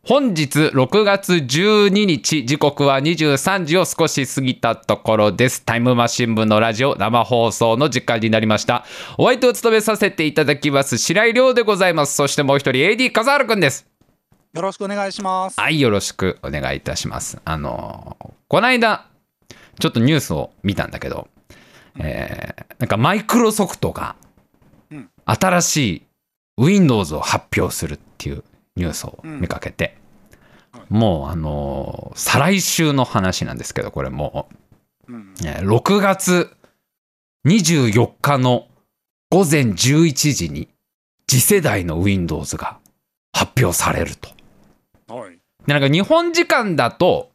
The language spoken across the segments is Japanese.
本日6月12日、時刻は23時を少し過ぎたところです。タイムマシン部のラジオ生放送の時間になりました。お相手を務めさせていただきます白井亮でございます。そしてもう一人 AD 笠原くんです。 よろしくお願いします。 はい、よろしくお願いいたします。この間ちょっとニュースを見たんだけど、なんかマイクロソフトが新しい Windows を発表するっていうニュースを見かけて、もう再来週の話なんですけど、これもう、6月24日の午前11時に次世代の Windows が発表されると。でなんか日本時間だと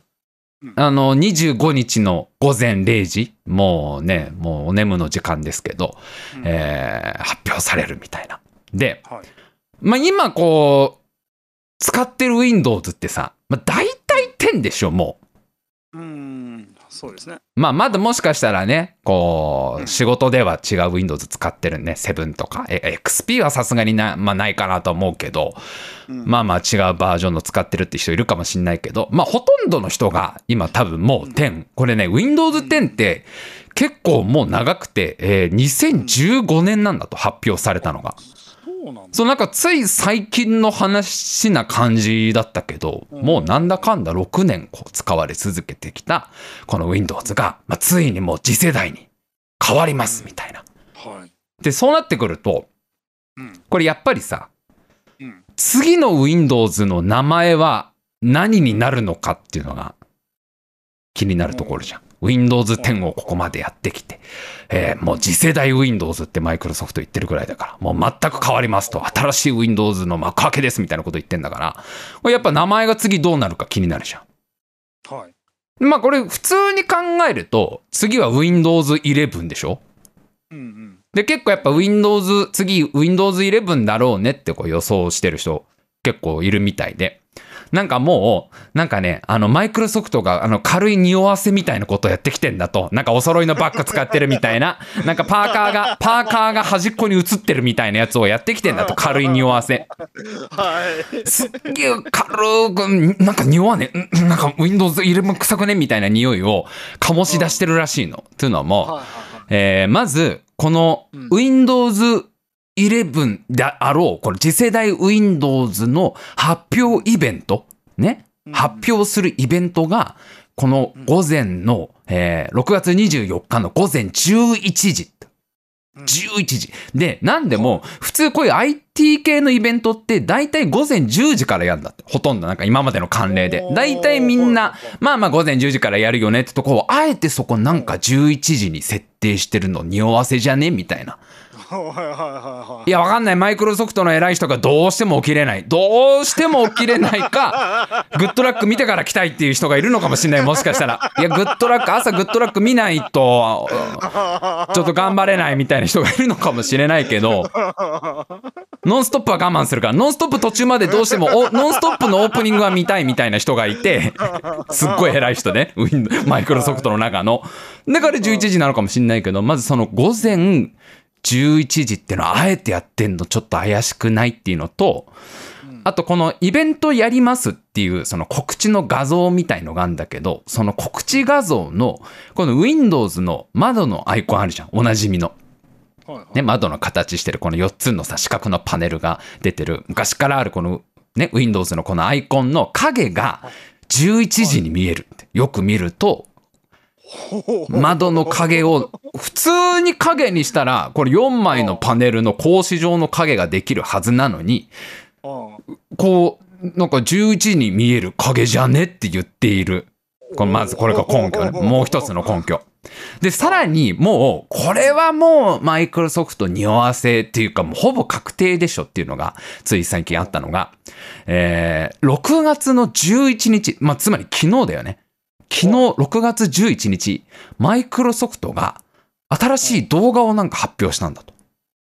25日の午前0時、もうお眠の時間ですけど、発表されるみたいな。で、今こう使ってる Windows ってさ、大体10でしょ、もう。 そうですね。 まだもしかしたらね、こう仕事では違う Windows 使ってるね、7とか XP はさすがにないかなと思うけど、違うバージョンの使ってるって人いるかもしれないけど、ほとんどの人が今多分もう10、これね Windows 10って結構もう長くて、2015年なんだと、発表されたのが。そうなんかつい最近の話な感じだったけど、もうなんだかんだ6年こう使われ続けてきたこの Windows が、ついにもう次世代に変わりますみたいな。でそうなってくると、これやっぱりさ、次の Windows の名前は何になるのかっていうのが気になるところじゃん。Windows 10をここまでやってきて、もう次世代 Windows ってマイクロソフト言ってるぐらいだから、もう全く変わりますと、新しい Windows の幕開けですみたいなこと言ってんだから、これやっぱ名前が次どうなるか気になるじゃん。これ普通に考えると次は Windows 11でしょ。で結構やっぱ次 Windows 11だろうねってこう予想してる人結構いるみたいで、なんかもうなんかね、マイクロソフトが軽い匂わせみたいなことをやってきてんだと。なんかお揃いのバッグ使ってるみたいな、なんかパーカーが端っこに映ってるみたいなやつをやってきてんだと。軽い匂わせ。すっげえ軽くなんか匂わね、なんか Windows 11臭くねみたいな匂いを醸し出してるらしいの。というのも、まずこの Windows 11であろうこの次世代 Windows の発表イベントね、発表するイベントがこの午前の、6月24日の午前11時で、なんでも普通こういう IT 系のイベントって大体午前10時からやるんだって。ほとんどなんか今までの慣例で大体みんな午前10時からやるよねってとこを、あえてそこなんか11時に設定してるの匂わせじゃねみたいな。いやわかんない、マイクロソフトの偉い人がどうしても起きれないか、グッドラック見てから来たいっていう人がいるのかもしれない。もしかしたらいや朝グッドラック見ないとちょっと頑張れないみたいな人がいるのかもしれないけど、ノンストップは我慢するから、ノンストップ途中までどうしてもノンストップのオープニングは見たいみたいな人がいて、すっごい偉い人ね、マイクロソフトの中の。だから11時なのかもしれないけど、まずその午前11時ってのはあえてやってんのちょっと怪しくないっていうのと、あとこのイベントやりますっていうその告知の画像みたいのがあるんだけど、その告知画像のこの Windows の窓のアイコンあるじゃん、おなじみの、窓の形してるこの4つのさ四角のパネルが出てる昔からあるこのね Windows のこのアイコンの影が11時に見えるって。よく見ると窓の影を普通に影にしたらこれ4枚のパネルの格子状の影ができるはずなのに、こうなんか11時に見える影じゃねって言っている。まずこれが根拠ね、もう一つの根拠で、さらにもうこれはもうマイクロソフト匂わせっていうかもうほぼ確定でしょっていうのがつい最近あったのが、6月の11日、つまり昨日だよね。昨日6月11日マイクロソフトが新しい動画をなんか発表したんだと。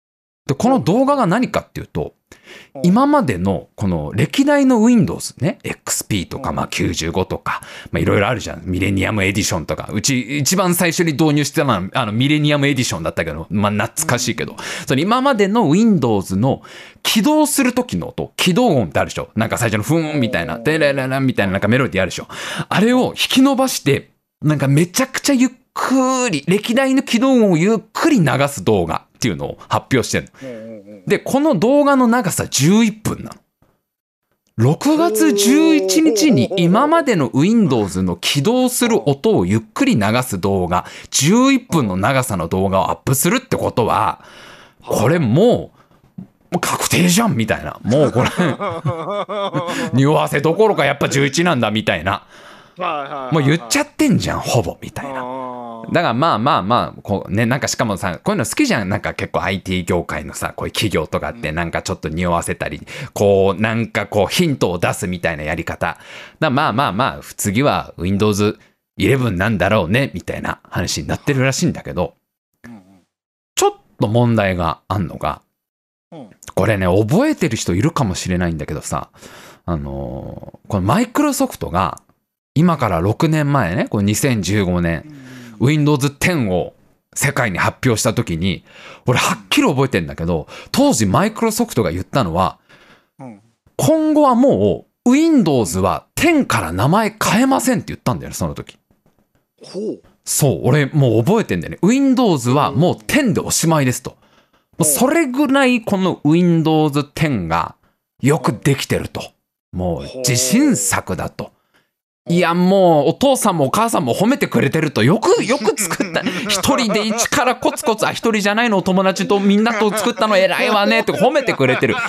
でこの動画が何かっていうと、今までのこの歴代の Windows ね、XP とか95とかいろいろあるじゃん。ミレニアムエディションとか、うち一番最初に導入してたのはミレニアムエディションだったけど、懐かしいけど、その今までの Windows の起動する時の音、起動音ってあるでしょ。なんか最初のフーンみたいな、デレレレンみたいななんかメロディーあるでしょ。あれを引き伸ばしてなんかめちゃくちゃゆっくり歴代の起動音をゆっくり流す動画っていうのを発表してるの。でこの動画の長さ11分なの。6月11日に今までの Windows の起動する音をゆっくり流す動画11分の長さの動画をアップするってことは、これもう確定じゃんみたいな、もうこれ匂わせどころかやっぱ11なんだみたいな、もう言っちゃってんじゃんほぼみたいな。だからまあこうね、なんかしかもさ、こういうの好きじゃん。なんか結構 IT 業界のさ、こういう企業とかってなんかちょっと匂わせたり、こうなんかこうヒントを出すみたいなやり方。だまあ次は Windows 11なんだろうねみたいな話になってるらしいんだけど、ちょっと問題があんのが、これね覚えてる人いるかもしれないんだけどさ、このマイクロソフトが今から6年前ね、これ2015年、Windows 10を世界に発表した時に、俺はっきり覚えてんだけど、当時マイクロソフトが言ったのは、今後はもう Windows は10から名前変えませんって言ったんだよね、その時。そう、俺もう覚えてんだよね。Windows はもう10でおしまいですと。それぐらいこの Windows 10がよくできてると。もう自信作だと。いやもうお父さんもお母さんも褒めてくれてると。よく作った一人で一からコツコツ、一人じゃないの、お友達とみんなと作ったの偉いわねって褒めてくれてる。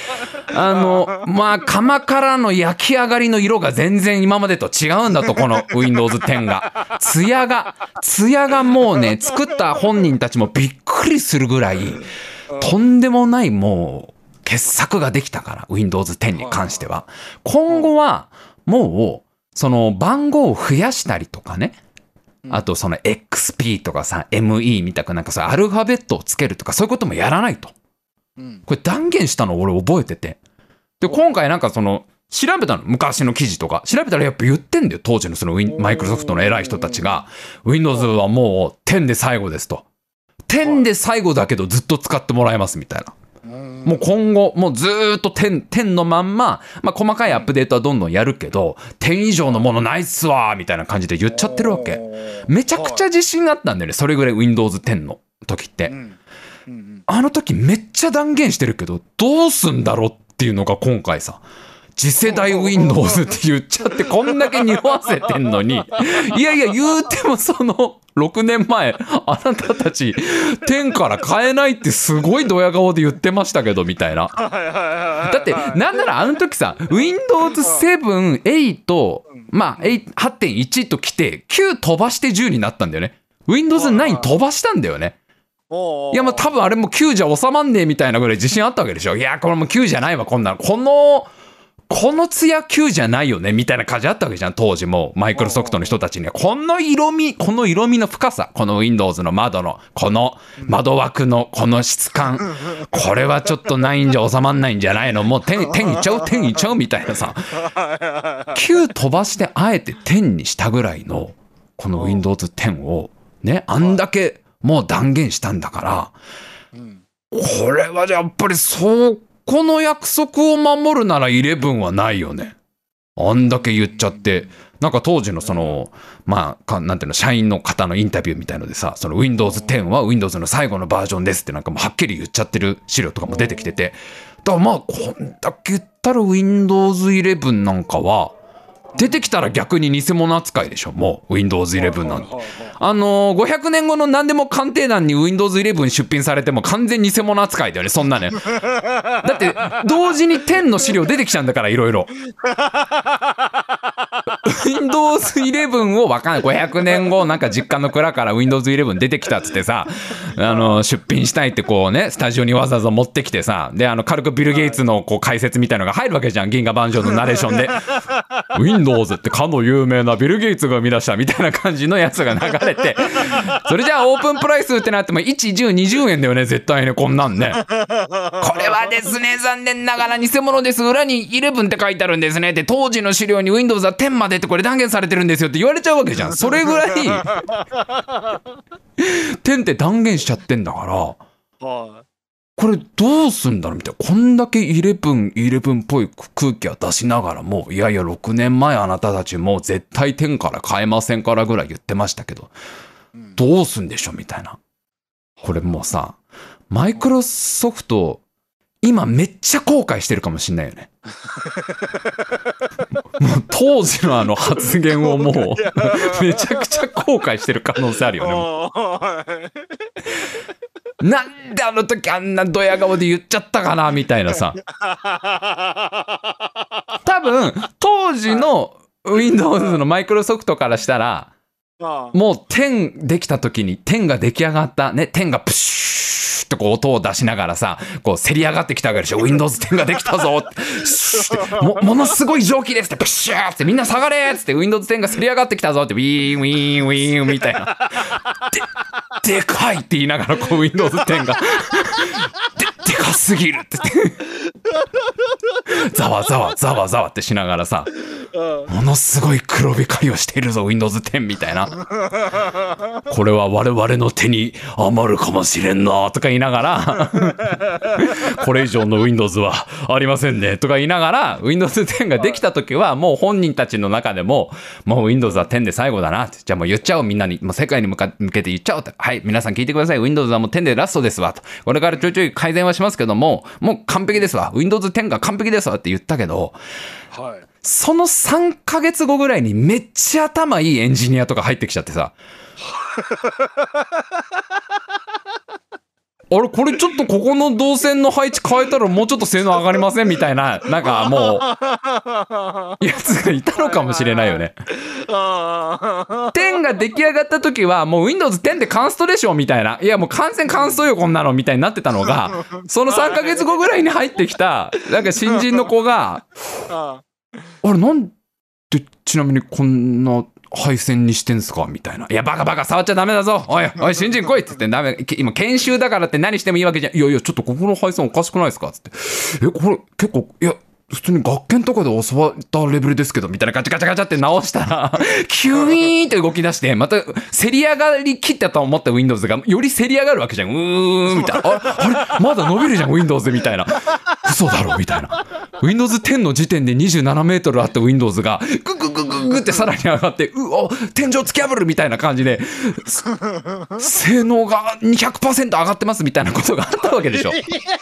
窯からの焼き上がりの色が全然今までと違うんだと、この Windows 10が。艶がもうね、作った本人たちもびっくりするぐらいとんでもないもう傑作ができたから、 Windows 10に関しては。今後はもうその番号を増やしたりとかね、あとその XP とかさ ME みたくなんかさアルファベットをつけるとかそういうこともやらないと、これ断言したの俺覚えてて、で今回なんかその調べたの、昔の記事とか調べたらやっぱ言ってんだよ、当時のそのマイクロソフトの偉い人たちが Windows はもう10で最後ですと、10で最後だけどずっと使ってもらえますみたいな。もう今後もうずーっと10のまんま、細かいアップデートはどんどんやるけど10以上のものないっすわみたいな感じで言っちゃってるわけ。めちゃくちゃ自信があったんだよね、それぐらい Windows 10の時って。あの時めっちゃ断言してるけどどうすんだろうっていうのが今回さ、次世代 Windows って言っちゃってこんだけ匂わせてんのに、いや言うてもその6年前あなたたち10から変えないってすごいドヤ顔で言ってましたけどみたいな。だってなんならあの時さ Windows 7、8、8.1 と来て9飛ばして10になったんだよね。Windows 9飛ばしたんだよね。いや多分あれも9じゃ収まんねえみたいなぐらい自信あったわけでしょ。いやこれもう9じゃないわ、こんなのこのツヤ9じゃないよねみたいな感じあったわけじゃん、当時もマイクロソフトの人たちには。この色味の深さ、この Windows の窓のこの窓枠のこの質感、これはちょっと9じゃ収まんないんじゃないの、もう10いっちゃうみたいなさ、9飛ばしてあえて10にしたぐらいのこの Windows 10をね、あんだけもう断言したんだから、これはやっぱりこの約束を守るなら11はないよね。あんだけ言っちゃって、なんか当時のそのなんていうの、社員の方のインタビューみたいのでさ、その Windows 10は Windows の最後のバージョンですってなんかもうはっきり言っちゃってる資料とかも出てきてて、だからこんだけ言ったら Windows 11なんかは出てきたら逆に偽物扱いでしょ、もう Windows 11なんて。500年後の何でも鑑定団に Windows 11出品されても完全偽物扱いだよね、そんなね。だって同時に10の資料出てきちゃうんだから、いろいろ。 Windows 11をわかんない500年後なんか実家の蔵から Windows 11出てきたっつってさ出品したいってこうねスタジオにわざわざ持ってきてさで軽くビル・ゲイツのこう解説みたいのが入るわけじゃん銀河万丈のナレーションでWindows ってかの有名なビル・ゲイツが生み出したみたいな感じのやつが流れてそれじゃあオープンプライスってなっても1、10、20円だよね絶対ねこんなんねこれはですね残念ながら偽物です裏に11って書いてあるんですねって当時の資料に Windows は10までってこれ断言されてるんですよって言われちゃうわけじゃんそれぐらい10って断言しちゃってんだからこれどうすんだろうみたいなこんだけ11っぽい空気は出しながらもいやいや6年前あなたたちもう絶対10から変えませんからぐらい言ってましたけどどうすんでしょみたいなこれもうさマイクロソフト今めっちゃ後悔してるかもしんないよねもう当時の発言をもうめちゃくちゃ後悔してる可能性あるよねなんであの時あんなドヤ顔で言っちゃったかなみたいなさ多分当時の Windows のマイクロソフトからしたらもう10できた時に10が出来上がったね10がプシューってこう音を出しながらさこうせり上がってきたわけでしょ Windows 10ができたぞってものすごい蒸気ですってプシューってみんな下がれっつって Windows 10がせり上がってきたぞってウィーンウィーンウィーンみたいなでかいって言いながらこう Windows 10がでかすぎるってざわざわざわざわってしながらさものすごい黒光りをしているぞ Windows 10みたいなこれは我々の手に余るかもしれんなとか言いながらこれ以上の Windows はありませんねとか言いながら Windows 10ができた時はもう本人たちの中でももう Windows は10で最後だなってじゃあもう言っちゃおうみんなにもう世界に向けて言っちゃおうってはい皆さん聞いてください Windows はもう10でラストですわとこれからちょいちょい改善はしますけどもう完璧ですわ Windows 10が完璧ですわって言ったけどはいその3ヶ月後ぐらいにめっちゃ頭いいエンジニアとか入ってきちゃってさあれこれちょっとここの導線の配置変えたらもうちょっと性能上がりませんみたいななんかもうやつがいたのかもしれないよね10が出来上がった時はもう Windows 10でカンストでしょみたいないやもう完全カンストよこんなのみたいになってたのがその3ヶ月後ぐらいに入ってきたなんか新人の子があれなんでちなみにこんな配線にしてんすかみたいな。いやバカバカ触っちゃダメだぞおいおい新人来いっつってダメ今研修だからって何してもいいわけじゃんいやいやちょっとここの配線おかしくないですかっつってこれ結構いや普通に学研とかで教わったレベルですけどみたいなガチャガチャガチャって直したらキュイーンって動き出してまたせり上がりきったと思った Windows がよりせり上がるわけじゃんみたいなあれまだ伸びるじゃん Windows みたいな嘘だろみたいな Windows 10の時点で27メートルあった Windows がグググググってさらに上がって天井突き破るみたいな感じで性能が 200% 上がってますみたいなことがあったわけでしょ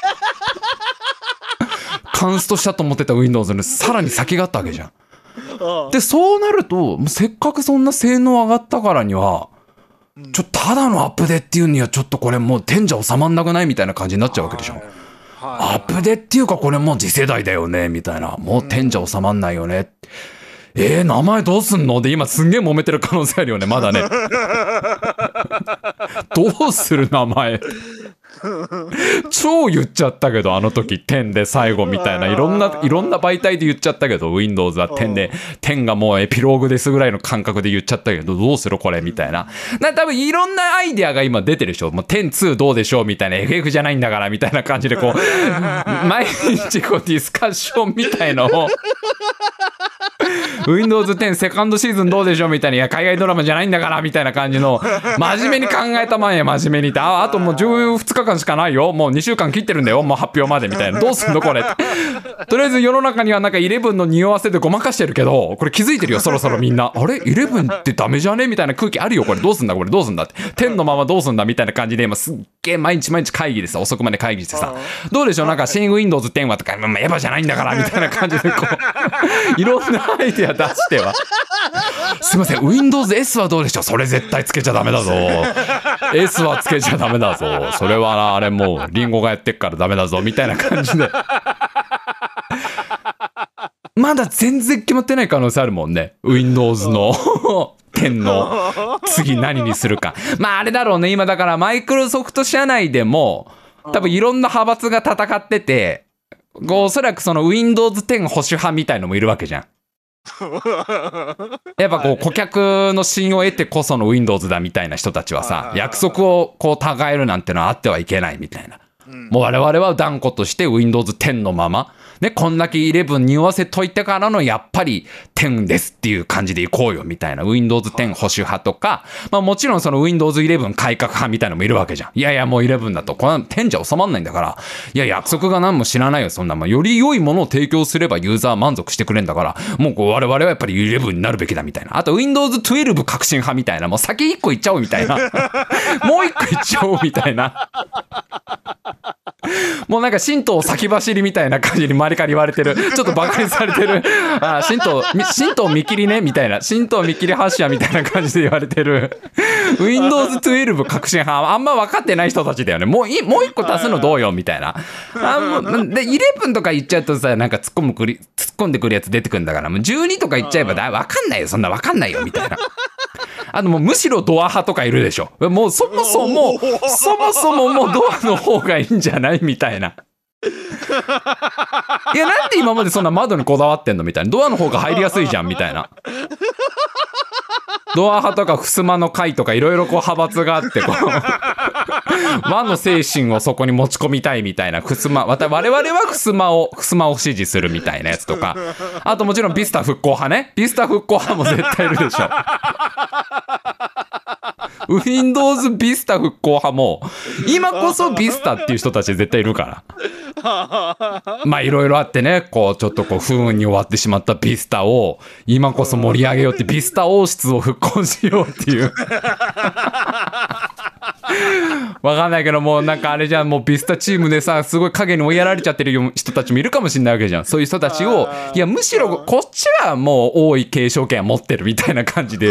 カンストしたと思ってた Windows にさらに先があったわけじゃんでそうなるとせっかくそんな性能上がったからにはただのアップデっていうにはちょっとこれもう10じゃ収まんなくないみたいな感じになっちゃうわけでしょアップデっていうかこれもう次世代だよねみたいなもう10じゃ収まんないよね名前どうすんので今すんげえ揉めてる可能性あるよねまだねどうする名前超言っちゃったけどあの時10で最後みたいないろんな媒体で言っちゃったけど Windows は10で10がもうエピローグですぐらいの感覚で言っちゃったけどどうするこれみたいな多分いろんなアイデアが今出てるでしょもう10-2どうでしょうみたいな FF じゃないんだからみたいな感じでこう毎日こうディスカッションみたいのをWindows 10セカンドシーズンどうでしょうみたいな、いや海外ドラマじゃないんだからみたいな感じの真面目に考えたまえ真面目にってあともう12日間しかないよもう2週間切ってるんだよもう発表までみたいなどうすんのこれとりあえず世の中にはなんか11の匂わせでごまかしてるけどこれ気づいてるよそろそろみんなあれ11ってダメじゃねみたいな空気あるよこれどうすんだこれどうすんだって10のままどうすんだみたいな感じで今すっげえ毎日会議でさ遅くまで会議してさどうでしょうなんか新 Windows 10はとかエヴァじゃないんだからみたいな感じでこういろんなアイデア出してはすいません Windows S はどうでしょうそれ絶対つけちゃダメだぞ S はつけちゃダメだぞそれはあれもうリンゴがやってっからダメだぞみたいな感じでまだ全然決まってない可能性あるもんね。Windows の10の次何にするか。まああれだろうね。今だからマイクロソフト社内でも多分いろんな派閥が戦ってて、おそらくその Windows 10保守派みたいのもいるわけじゃん。やっぱこう顧客の信用を得てこその Windows だみたいな人たちはさ、約束をこう違えるなんてのはあってはいけないみたいな。もう我々は断固として Windows 10のまま、ね、こんだけ11に合わせといてからのやっぱり10ですっていう感じでいこうよみたいな Windows 10保守派とか、まあもちろんその Windows 11改革派みたいなのもいるわけじゃん。いやいやもう11だとこの10じゃ収まんないんだから、いや約束が何も知らないよそんな、まあ、より良いものを提供すればユーザー満足してくれんだから、もうこう我々はやっぱり11になるべきだみたいな。あと Windows 12革新派みたいな、もう先1個いっちゃおうみたいなもう1個いっちゃおうみたいなもうなんか神道先走りみたいな感じに周りから言われてる、ちょっとバカにされてる、あ神道見切りねみたいな、神道見切り発射みたいな感じで言われてるWindows 12革新派、あんま分かってない人たちだよね。もう一個足すのどうよみたいな。で11とか言っちゃうとさ、なんか突っ込んでくるやつ出てくるんだから、もう12とか言っちゃえば分かんないよ、そんな分かんないよみたいな。あともうむしろドア派とかいるでしょ。もうそもそももうドアの方がいいんじゃないみたいな。いやなんで今までそんな窓にこだわってんのみたいな。ドアの方が入りやすいじゃんみたいな。ドア派とか襖の会とかいろいろこう派閥があってこう和の精神をそこに持ち込みたいみたいな。我々は襖を支持するみたいなやつとか、あともちろんビスタ復興派ね。ビスタ復興派も絶対いるでしょ。Windows ビスタ復興派も今こそビスタっていう人たち絶対いるから。まあいろいろあってね、こうちょっとこう不運に終わってしまったビスタを今こそ盛り上げようって、ビスタ王室を復興しようっていうわかんないけど、もうなんかあれじゃん、もうビスタチームでさ、すごい影に追いやられちゃってる人たちもいるかもしれないわけじゃん。そういう人たちを、いやむしろこっちはもう王位継承権持ってるみたいな感じで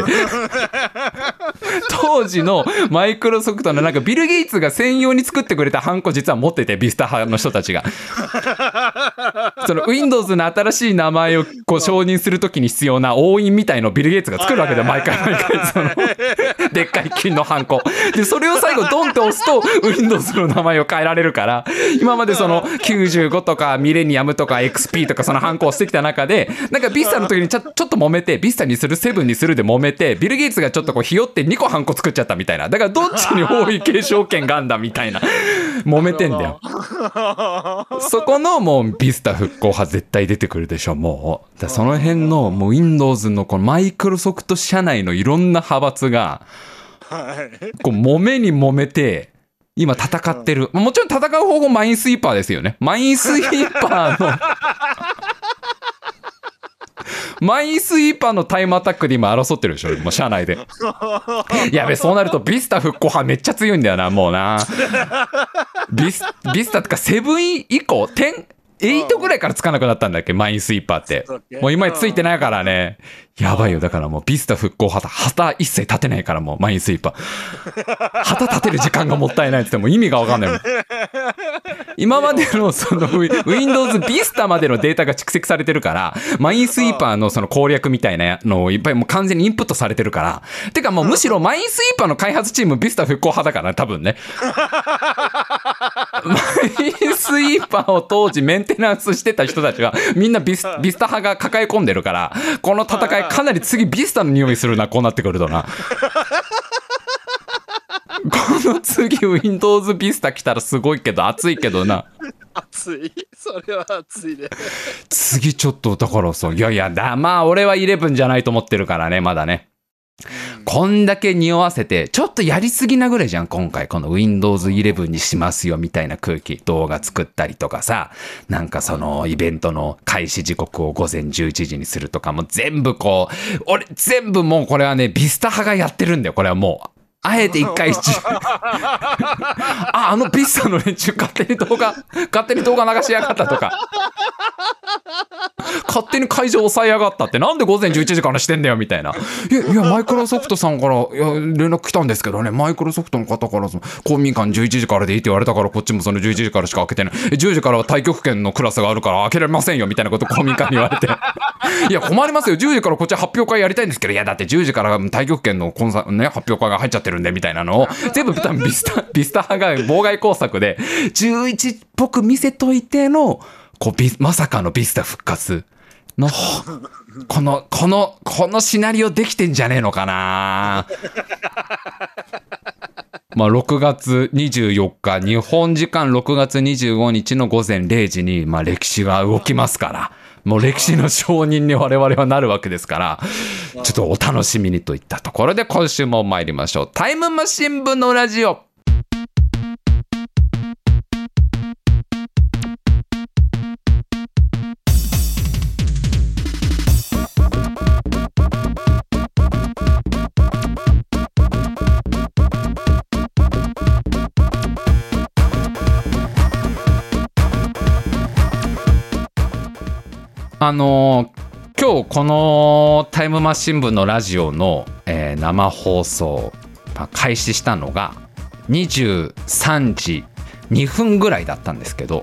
当時のマイクロソフトのなんかビル・ゲイツが専用に作ってくれたハンコ実は持ってて、ビスタ派の人たちがその Windows の新しい名前をこう承認するときに必要な押印みたいのをビル・ゲイツが作るわけだよ、毎回そのでっかい金のハンコで、それを最後ドンって押すと Windows の名前を変えられるから、今までその95とかミレニアムとか XP とかそのハンコをしてきた中で、なんかビスタの時にちょっと揉めて、ビスタにする7にするで揉めて、ビル・ゲイツがちょっとこうひよって2個ハンコ作っちゃったみたいな。だからどっちに王位継承権があんだみたいな揉めてんだよ。そこのもうビスタ復興派絶対出てくるでしょ。もうだその辺のもう Windows のこのマイクロソフト社内のいろんな派閥がこう揉めに揉めて今戦ってる。もちろん戦う方法マインスイーパーですよね。マインスイーパーのマインスイーパーのタイムアタックで今争ってるでしょ、もう社内で。やべ、そうなるとビスタ復興派めっちゃ強いんだよな、もうな。ビスタとか7以降8ぐらいからつかなくなったんだっけ、マインスイーパーって。もう今ついてないからね。やばいよ。だからもうビスタ復興旗一切立てないから、もうマインスイーパー旗立てる時間がもったいないって言っても意味が分かんないもん。今までのその Windows ビスタまでのデータが蓄積されてるから、マインスイーパーのその攻略みたいなのをいっぱいもう完全にインプットされてるから。てかもうむしろマインスイーパーの開発チームビスタ復興派だからね、多分ね。マインスイーパーを当時メンテナンスしてた人たちはみんなビスタ派が抱え込んでるから、この戦いかなり次ビスタの匂いするな、こうなってくるとな。この次 Windows ビスタ来たらすごいけど熱いけどな。 熱い、それは熱いね。 次ちょっとだからさ、いやまあ俺は11じゃないと思ってるからね、まだね。こんだけ匂わせてちょっとやりすぎなぐらいじゃん、今回この Windows 11にしますよみたいな空気、動画作ったりとかさ、なんかそのイベントの開始時刻を午前11時にするとかも全部こう、俺全部もうこれはねビスタ派がやってるんだよ。これはもうあえて一回あのビスタの連中勝手に動画流しやがったとか、 勝手に会場抑えやがったって、なんで午前11時からしてんだよみたいな。いやマイクロソフトさんから連絡来たんですけどね、マイクロソフトの方から公民館11時からでいいって言われたから、こっちもその11時からしか開けてない、10時からは太極拳のクラスがあるから開けられませんよみたいなこと公民館に言われていや困りますよ、10時からこっちは発表会やりたいんですけど、いやだって10時から太極拳の発表会が入っちゃってるんでみたいなのを全部多分ビスタ派が妨害工作で11っぽく見せといてのまさかのビスタ復活のこのシナリオできてんじゃねえのかなまあ6月24日日本時間6月25日の午前0時に歴史は動きますから、もう歴史の証人に我々はなるわけですから、ちょっとお楽しみにといったところで今週も参りましょう。タイムマシン部のラジオ。今日このタイムマシン部のラジオの、生放送、開始したのが23時2分ぐらいだったんですけど、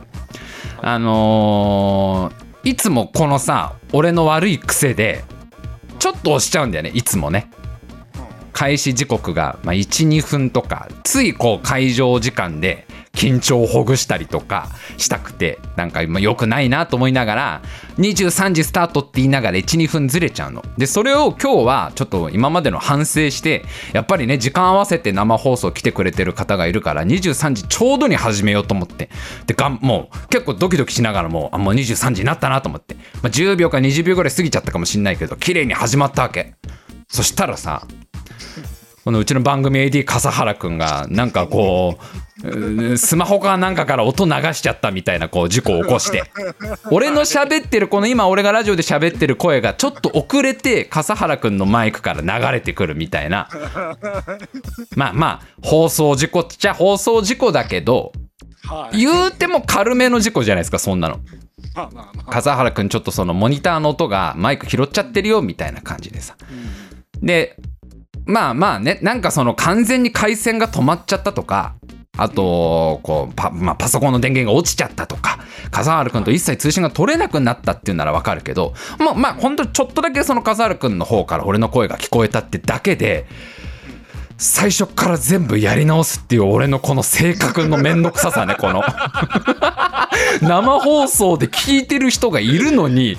いつもこのさ俺の悪い癖でちょっと押しちゃうんだよね、いつもね。開始時刻が 1,2 分とか、つい会場時間で緊張をほぐしたりとかしたくて、なんか良くないなと思いながら23時スタートって言いながら 1,2 分ずれちゃうので、それを今日はちょっと今までの反省して、やっぱりね時間合わせて生放送来てくれてる方がいるから23時ちょうどに始めようと思って、でもう結構ドキドキしながらもう23時になったなと思って、10秒か20秒ぐらい過ぎちゃったかもしんないけど綺麗に始まったわけ。そしたらさ、このうちの番組 AD 笠原くんがなんかスマホかなんかから音流しちゃったみたいな事故を起こして、俺の喋ってる今俺がラジオで喋ってる声がちょっと遅れて笠原くんのマイクから流れてくるみたいな、まあ放送事故っちゃ放送事故だけど、言うても軽めの事故じゃないですかそんなの。笠原くんちょっとそのモニターの音がマイク拾っちゃってるよみたいな感じでさ、でまあね、なんか完全に回線が止まっちゃったとか、あとパソコンの電源が落ちちゃったとか、笠原くんと一切通信が取れなくなったっていうならわかるけど、本当にちょっとだけその笠原くんの方から俺の声が聞こえたってだけで、最初から全部やり直すっていう俺のこの性格のめんどくささね、この生放送で聞いてる人がいるのに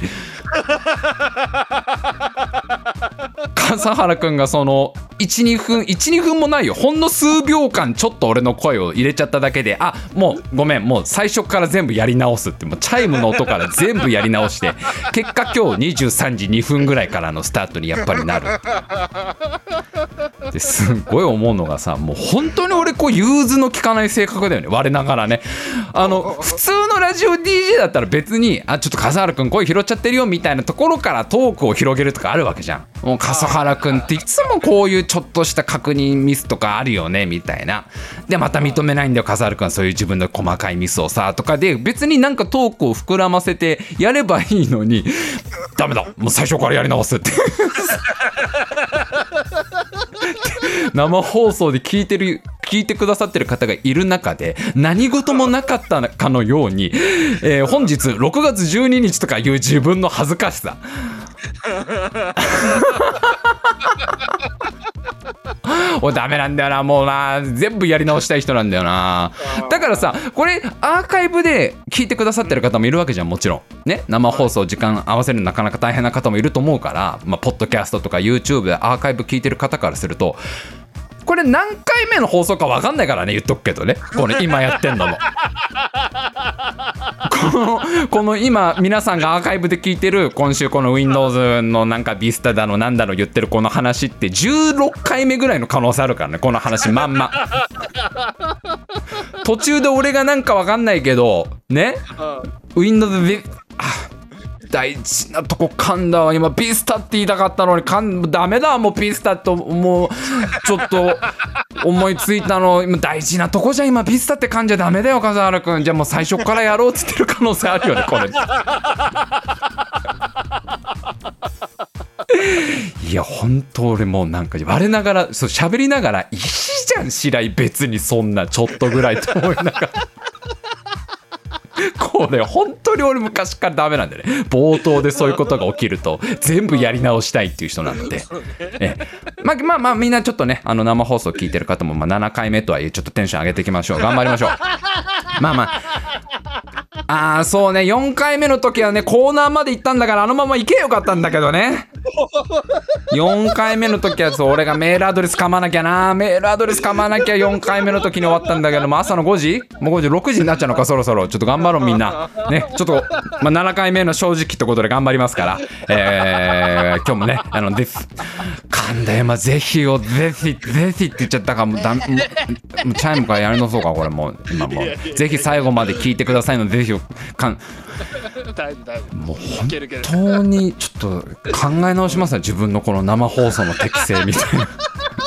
笠原くんが1,2 分もないよ、ほんの数秒間ちょっと俺の声を入れちゃっただけで、もうごめん、もう最初から全部やり直すって、もうチャイムの音から全部やり直して、結果今日23時2分ぐらいからのスタートにやっぱりなるですっごい思うのがさ、もう本当に俺融通の利かない性格だよね、我ながらね。普通のラジオ DJ だったら別にちょっと笠原くん声拾っちゃってるよみたいなところからトークを広げるとかあるわけじゃん。もう笠原くんっていつもこういうちょっとした確認ミスとかあるよねみたいな、でまた認めないんだよ笠原くんはそういう自分の細かいミスをさとかで、別になんかトークを膨らませてやればいいのにダメだもう最初からやり直すって生放送で聞いてくださってる方がいる中で何事もなかったかのように、本日6月12日とかいう自分の恥ずかしさおいダメなんだよな、もうな全部やり直したい人なんだよな。だからさ、これアーカイブで聞いてくださってる方もいるわけじゃん、もちろんね。生放送時間合わせるのなかなか大変な方もいると思うから、ポッドキャストとか YouTube でアーカイブ聞いてる方からすると、これ何回目の放送か分かんないからね、言っとくけどね、これ今やってんのもこの今皆さんがアーカイブで聞いてる今週この Windows のなんかビスタだのなんだの言ってるこの話って16回目ぐらいの可能性あるからね、この話まんま途中で俺がなんか分かんないけどね、Windows で大事なとこ噛んだわ今、ビスタって言いたかったのにダメだ、もうビスタともうちょっと思いついたの今大事なとこじゃん、今ビスタって噛んじゃダメだよ笠原くん、じゃあもう最初からやろうって言ってる可能性あるよねこれいや本当俺もうなんか我ながらそう喋りながらいいじゃん白井別にそんなちょっとぐらいと思いながらこれ本当に俺昔からダメなんでね、冒頭でそういうことが起きると全部やり直したいっていう人なので、まあみんなちょっとね生放送聞いてる方も7回目とはいえちょっとテンション上げていきましょう。頑張りましょう。そうね、4回目の時はねコーナーまで行ったんだからあのまま行けよかったんだけどね。4回目の時は俺がメールアドレス噛まなきゃ4回目の時に終わったんだけども、朝の5時もう5時6時になっちゃうのか、そろそろちょっと頑張ろうみんなね。ちょっと、7回目の正直ってことで頑張りますから、今日もね神田山ぜひをぜひって言っちゃったかもうチャイムからやり直そうかこれもう今もうぜひ最後まで聞いてくださいのでぜひもう本当にちょっと考え直しますね、自分のこの生放送の適性みたいな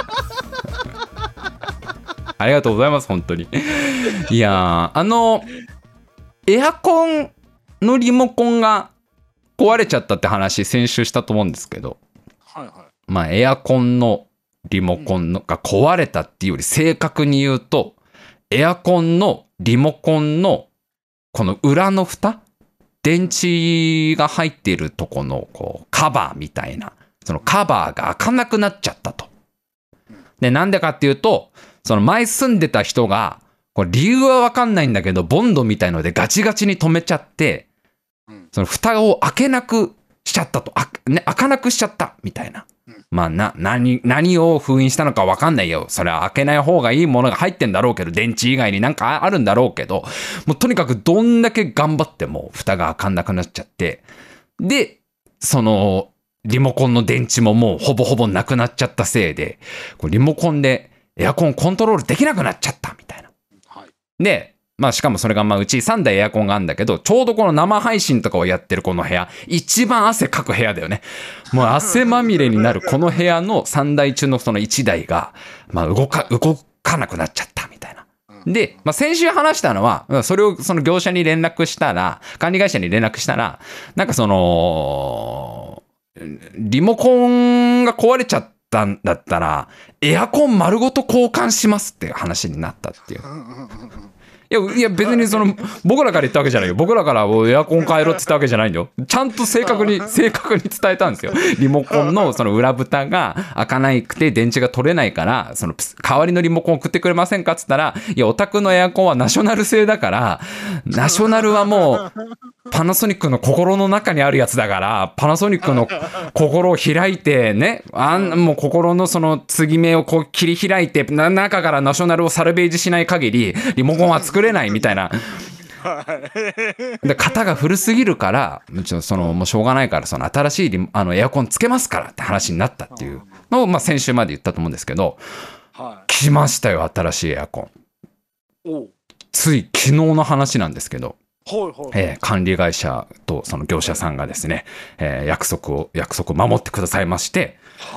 ありがとうございます本当に。いやエアコンのリモコンが壊れちゃったって話先週したと思うんですけど、エアコンのリモコンが壊れたっていうより正確に言うとエアコンのリモコンのこの裏の蓋、電池が入っているとこのこうカバーみたいなそのカバーが開かなくなっちゃったと。でなんでかっていうとその前住んでた人がこれ理由は分かんないんだけどボンドみたいのでガチガチに止めちゃってその蓋を開けなくしちゃったと、開かなくしちゃったみたいな。何を封印したのか分かんないよ。それは開けない方がいいものが入ってんだろうけど電池以外になんかあるんだろうけど、もうとにかくどんだけ頑張っても蓋が開かんなくなっちゃって、でそのリモコンの電池ももうほぼほぼなくなっちゃったせいでこうリモコンでエアコンコントロールできなくなっちゃったみたいな。でしかもそれがうち3台エアコンがあるんだけど、ちょうどこの生配信とかをやってるこの部屋一番汗かく部屋だよね。もう汗まみれになるこの部屋の3台中のその1台が動かなくなっちゃったみたいな。で、先週話したのはそれをその業者に連絡したら、管理会社に連絡したらなんかそのリモコンが壊れちゃったんだったらエアコン丸ごと交換しますっていう話になったっていう。いや別にその僕らから言ったわけじゃないよ。僕らからエアコン変えろって言ったわけじゃないんだよ。ちゃんと正確に伝えたんですよ。リモコンのその裏蓋が開かなくて電池が取れないからその代わりのリモコン送ってくれませんかっつったら、いやお宅のエアコンはナショナル製だからナショナルはもうパナソニックの心の中にあるやつだからパナソニックの心を開いてね、もう心のその継ぎ目をこう切り開いて中からナショナルをサルベージしない限りリモコンは作れないみたいな。で型が古すぎるからそのもうしょうがないからその新しいエアコンつけますからって話になったっていうのを先週まで言ったと思うんですけど、来ましたよ新しいエアコン。つい昨日の話なんですけど、管理会社とその業者さんがですね、約束を守ってくださいまして、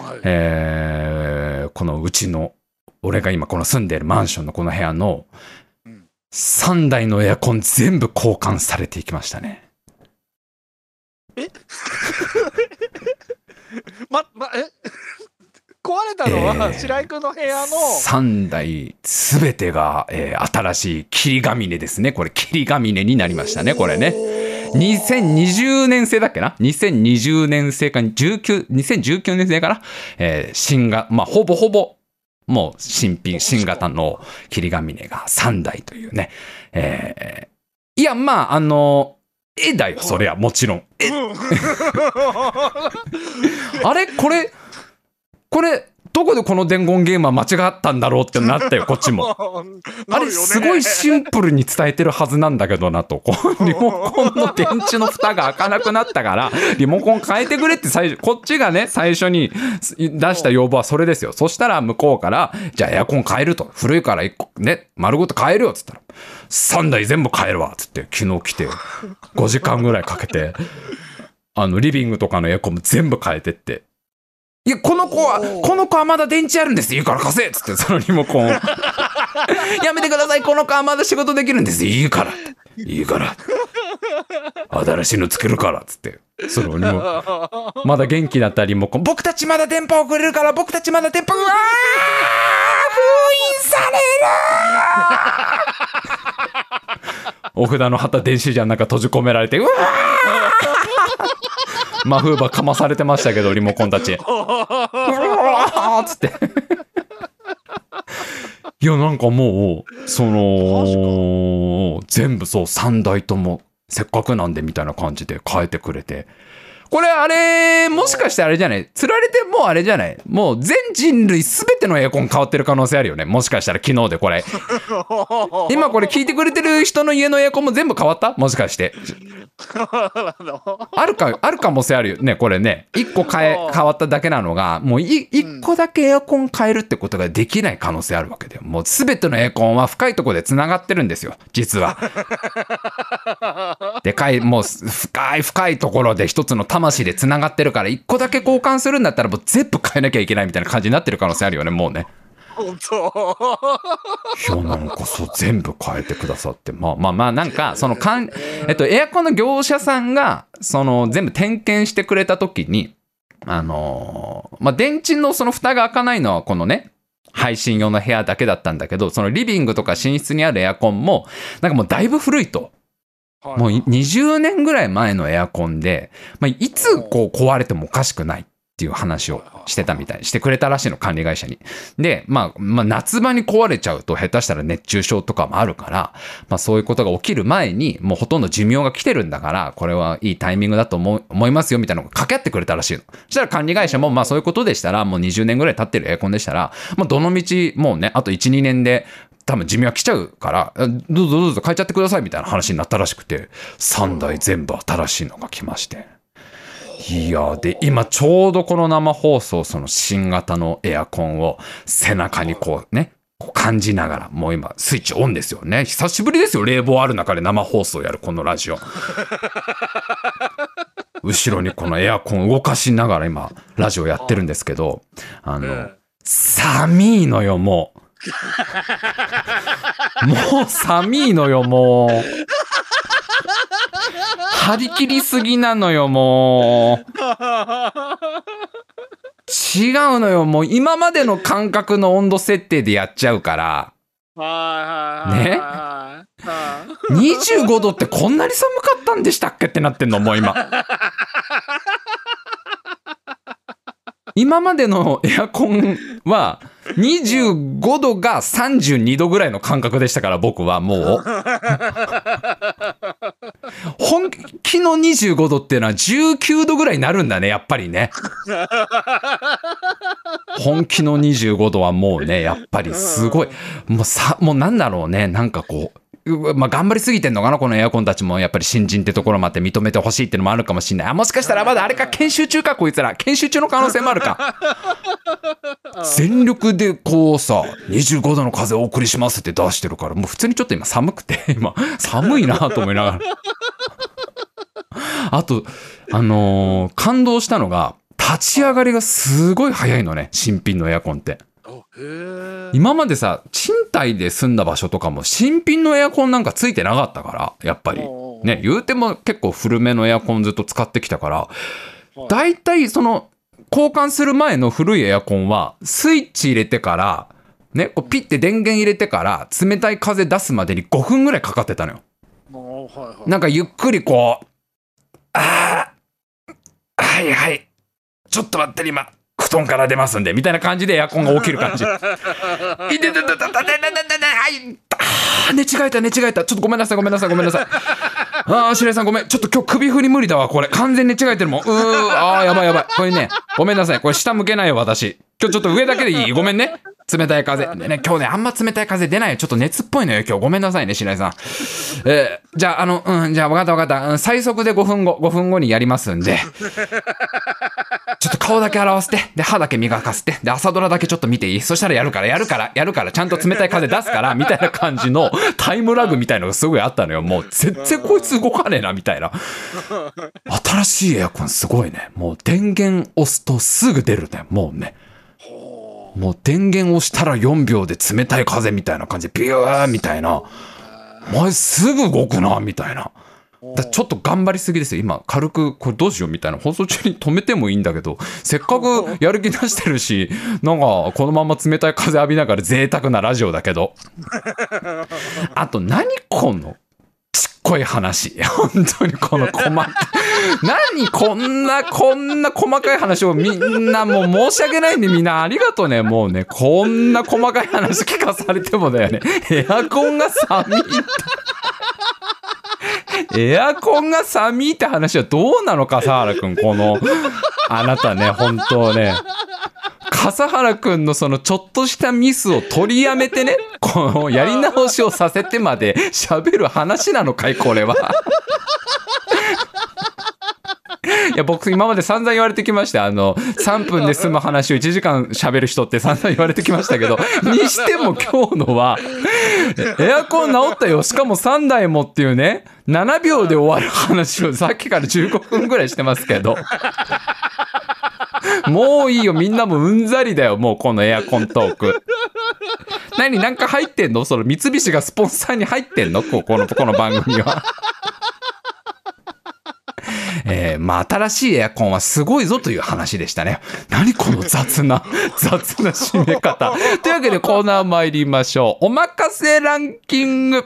このうちの俺が今この住んでいるマンションのこの部屋の3台のエアコン全部交換されていきましたね。 壊れたのは白井君の部屋の 3台全てが、新しい霧ヶ峰ですね。これ霧ヶ峰になりましたねこれね。2020年製だっけな、2020年製か2019年製かな、ほぼほぼもう新型の霧ヶ峰が3台というね、いや絵だよそれはもちろんあれこれどこでこの伝言ゲームは間違ったんだろうってなったよこっちもあれすごいシンプルに伝えてるはずなんだけどなと、リモコンの電池の蓋が開かなくなったからリモコン変えてくれってこっちがね最初に出した要望はそれですよ。そしたら向こうからじゃあエアコン変えると、古いから1個ね丸ごと変えるよっつったら3台全部変えるわっつって昨日来て5時間ぐらいかけてリビングとかのエアコンも全部変えてって、いやこの子はまだ電池あるんですいいから貸せっつってそのリモコンやめてくださいこの子はまだ仕事できるんですいいから新しいのつけるからっつってそれにもまだ元気だったリモコン、僕たちまだ電波送れるから、僕たちまだ電波、うわー封印されるお札の旗電子じゃんなんか閉じ込められて、うわーマフーバーかまされてましたけどリモコンたちうわーっつっていやなんかもうその全部そう3台ともせっかくなんでみたいな感じで変えてくれて、これあれもしかしてあれじゃない、釣られてもうあれじゃない、もう全人類すべてのエアコン変わってる可能性あるよね、もしかしたら昨日でこれ今これ聞いてくれてる人の家のエアコンも全部変わった、もしかしてあるかもしれあるよねこれね。1個変わっただけなのがもう1個だけエアコン変えるってことができない可能性あるわけで、もう全てのエアコンは深いところでつながってるんですよ実はでかいもう深いところで一つの魂でつながってるから、1個だけ交換するんだったらもう全部変えなきゃいけないみたいな感じになってる可能性あるよねもうね。 本当いやなんかそう全部変えてくださって、まあなんかそのエアコンの業者さんがその全部点検してくれた時に電池のその蓋が開かないのはこのね配信用の部屋だけだったんだけど、そのリビングとか寝室にあるエアコンもなんかもうだいぶ古いと、もう20年ぐらい前のエアコンで、いつこう壊れてもおかしくないっていう話をしてくれたらしいの管理会社に。で、夏場に壊れちゃうと下手したら熱中症とかもあるから、そういうことが起きる前にもうほとんど寿命が来てるんだからこれはいいタイミングだと思いますよみたいなのが掛け合ってくれたらしいの。そしたら管理会社もそういうことでしたらもう20年ぐらい経ってるエアコンでしたらどの道もうねあと 1,2 年で多分寿命は来ちゃうからどうぞ変えちゃってくださいみたいな話になったらしくて、3台全部新しいのが来まして、いやで今ちょうどこの生放送その新型のエアコンを背中にこうね感じながら、もう今スイッチオンですよね。久しぶりですよ冷房ある中で生放送やるこのラジオ後ろにこのエアコン動かしながら今ラジオやってるんですけど、寒いのよもう寒いのよもう張り切りすぎなのよもう違うのよもう今までの感覚の温度設定でやっちゃうからね。25度ってこんなに寒かったんでしたっけってなってんのもう今までのエアコンは25度が32度ぐらいの感覚でしたから僕はもう本気の25度っていうのは19度ぐらいになるんだねやっぱりね。本気の25度はもうねやっぱりすごいもうなんだろうね、なんかこう頑張りすぎてんのかなこのエアコンたちも。やっぱり新人ってところもあって認めてほしいっていうのもあるかもしれない。もしかしたらまだあれか研修中かこいつら研修中の可能性もあるか全力でこうさ25度の風をお送りしますって出してるからもう普通にちょっと今寒くて今寒いなと思いながらあと感動したのが立ち上がりがすごい早いのね新品のエアコンって。今までさ賃貸で住んだ場所とかも新品のエアコンなんかついてなかったからやっぱりね言うても結構古めのエアコンずっと使ってきたからだいたいその交換する前の古いエアコンはスイッチ入れてからねこうピッて電源入れてから冷たい風出すまでに5分ぐらいかかってたのよ。なんかゆっくりこうはいちょっと待って今布団から出ますんでみたいな感じでエアコンが起きる感じ寝違えたちょっとごめんなさい白井さんごめんちょっと今日首振り無理だわこれ完全に寝違えてるもんやばいこれねごめんなさいこれ下向けないよ私今日ちょっと上だけでいいごめんね冷たい風ね今日ねあんま冷たい風出ないよちょっと熱っぽいのよ今日ごめんなさいね白井さんじゃあじゃあ分かった、最速で5分後にやりますんでちょっと顔だけ洗わせてで歯だけ磨かせてで朝ドラだけちょっと見ていい？そしたらやるからちゃんと冷たい風出すからみたいな感じのタイムラグみたいのがすごいあったのよ。もう全然こいつ動かねえなみたいな。新しいエアコンすごいね。もう電源押すとすぐ出るね。もう電源押したら4秒で冷たい風みたいな感じでビューみたいな。お前すぐ動くなみたいな。 だちょっと頑張りすぎですよ今。軽くこれどうしようみたいな、放送中に止めてもいいんだけど、せっかくやる気出してるし、なんかこのまま冷たい風浴びながら贅沢なラジオだけどあと何このちっこい話、本当にこの何こんな細かい話をみんな、もう申し訳ないんでみんなありがとうね。もうね、こんな細かい話聞かされてもだよね。エアコンが寒いエアコンが寒いって話はどうなの笠原くん。このあなたね、本当ね、笠原くんのそのちょっとしたミスを取りやめてね、このやり直しをさせてまで喋る話なのかいこれは。いや僕今まで散々言われてきました。3分で済む話を1時間喋る人って散々言われてきましたけど、にしても今日のはエアコン直ったよ、しかも3台もっていうね、7秒で終わる話をさっきから15分ぐらいしてますけど、もういいよ、みんなもうんざりだよもうこのエアコントーク。なんか入ってんの？その三菱がスポンサーに入ってんの？この番組は。まあ新しいエアコンはすごいぞという話でしたね。何この雑な締め方。というわけでコーナー参りましょう。おまかせランキング。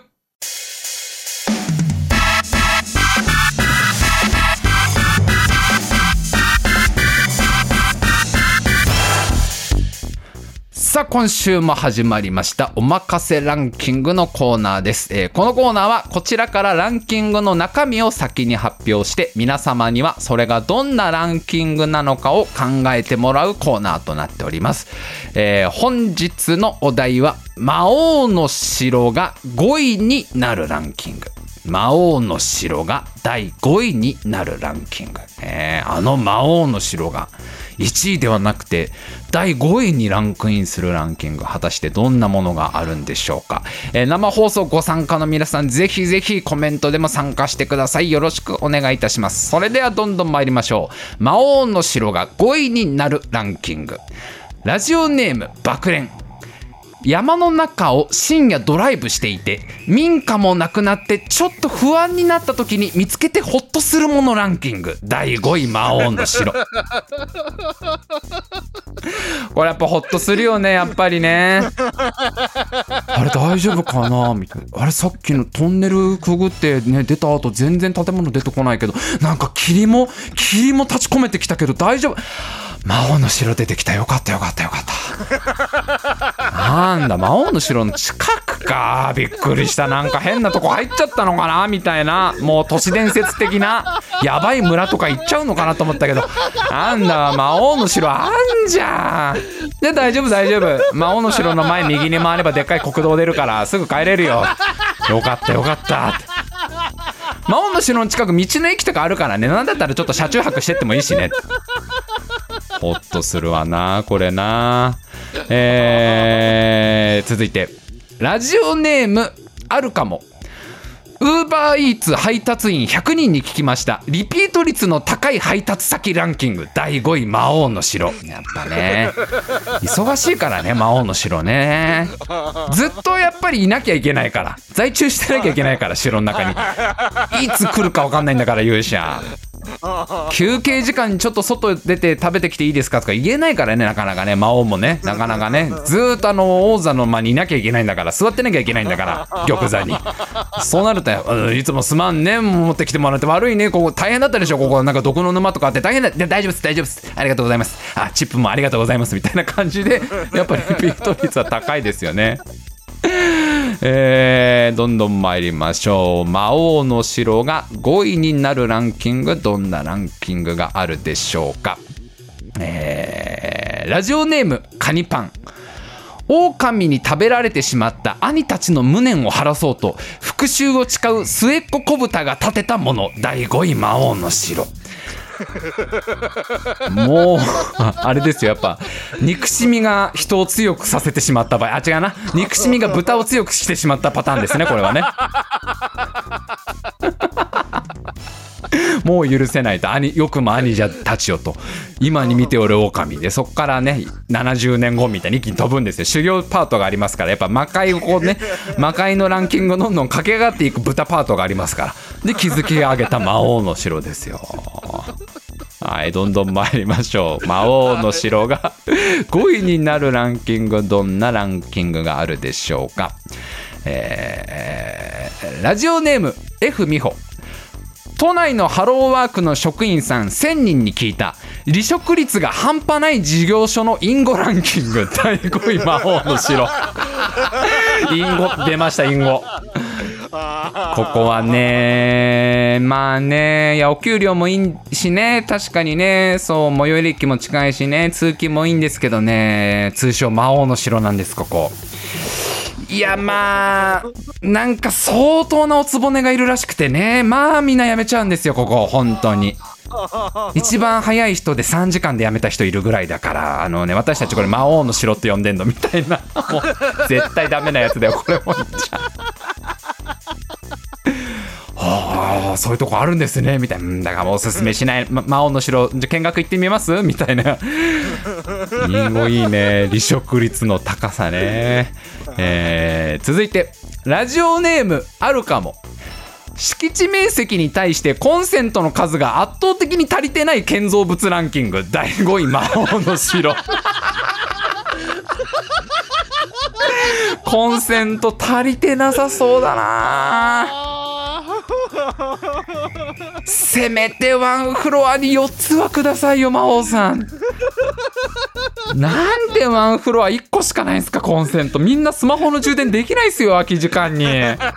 さあ今週も始まりましたおまかせランキングのコーナーです。このコーナーはこちらからランキングの中身を先に発表して、皆様にはそれがどんなランキングなのかを考えてもらうコーナーとなっております。本日のお題は魔王の城が5位になるランキング。魔王の城が第5位になるランキング。魔王の城が1位ではなくて第5位にランクインするランキング、果たしてどんなものがあるんでしょうか。生放送ご参加の皆さん、ぜひぜひコメントでも参加してください。よろしくお願いいたします。それではどんどん参りましょう。魔王の城が5位になるランキング。ラジオネーム爆連。山の中を深夜ドライブしていて、民家もなくなってちょっと不安になった時に見つけてホッとするものランキング第5位魔王の城。これやっぱホッとするよね、やっぱりね。あれ大丈夫かなみたいな。あれさっきのトンネルくぐってね出た後全然建物出てこないけど、なんか霧も立ち込めてきたけど大丈夫。魔王の城出てきた。よかった。なんだ、魔王の城の近くか。びっくりした。なんか変なとこ入っちゃったのかなみたいな、もう都市伝説的なやばい村とか行っちゃうのかなと思ったけど、なんだ、魔王の城あんじゃん。で大丈夫。魔王の城の前右に回ればでっかい国道出るからすぐ帰れるよ。よかった魔王の城の近く道の駅とかあるからね、なんだったらちょっと車中泊してってもいいしね。ホッとするわなこれな。続いてラジオネームあるかも。ウーバーイーツ配達員100人に聞きました。リピート率の高い配達先ランキング第5位魔王の城。やっぱね忙しいからね、魔王の城ね。ずっとやっぱりいなきゃいけないから、在中してなきゃいけないから、城の中にいつ来るか分かんないんだから勇者。休憩時間にちょっと外出て食べてきていいですかとか言えないからね、なかなかね。魔王もね、なかなかね、ずーっと王座の間にいなきゃいけないんだから、座ってなきゃいけないんだから、玉座に。そうなるといつもすまんね、持ってきてもらって悪いね、ここ大変だったでしょ、ここなんか毒の沼とかあって大変だ。大丈夫ですありがとうございます、チップもありがとうございますみたいな感じで、やっぱりリピート率は高いですよね。どんどん参りましょう。魔王の城が5位になるランキング、どんなランキングがあるでしょうか。ラジオネームカニパン。狼に食べられてしまった兄たちの無念を晴らそうと復讐を誓う末っ子子豚が建てたもの第5位魔王の城。もうあれですよ、やっぱ憎しみが人を強くさせてしまった場合、違うな、憎しみが豚を強くしてしまったパターンですね、これはね。 もう許せないと、よくも兄じゃたちよと、今に見ておる狼で、そっからね70年後みたいに一気に飛ぶんですよ。修行パートがありますから、やっぱ魔界をこうね魔界のランキングどんどん駆け上がっていく豚パートがありますから、で築き上げた魔王の城ですよ。はい、どんどん参りましょう。魔王の城が5位になるランキング、どんなランキングがあるでしょうか。ラジオネーム F 美穂。都内のハローワークの職員さん1000人に聞いた離職率が半端ない事業所の隠語ランキング第5位魔王の城。隠語出ました。隠語ここはね、まあね、いやお給料もいいしね、確かにね、そう最寄り駅も近いしね、通勤もいいんですけどね、通称魔王の城なんです、ここ。いやまあなんか相当なおつぼねがいるらしくてね、まあみんな辞めちゃうんですよ、ここ本当に。一番早い人で3時間で辞めた人いるぐらいだから、私たちこれ魔王の城って呼んでんのみたいな、もう絶対ダメなやつだよこれも。はあ、そういうとこあるんですねみたいな。だからもうおすすめしない、魔王の城じゃ見学行ってみますみたいな。いいもいいね、離職率の高さね。続いてラジオネームあるかも。敷地面積に対してコンセントの数が圧倒的に足りてない建造物ランキング第5位魔王の城。コンセント足りてなさそうだな。せめてワンフロアに4つはくださいよ魔王さん。なんでワンフロア1個しかないんすかコンセント。みんなスマホの充電できないっすよ空き時間に。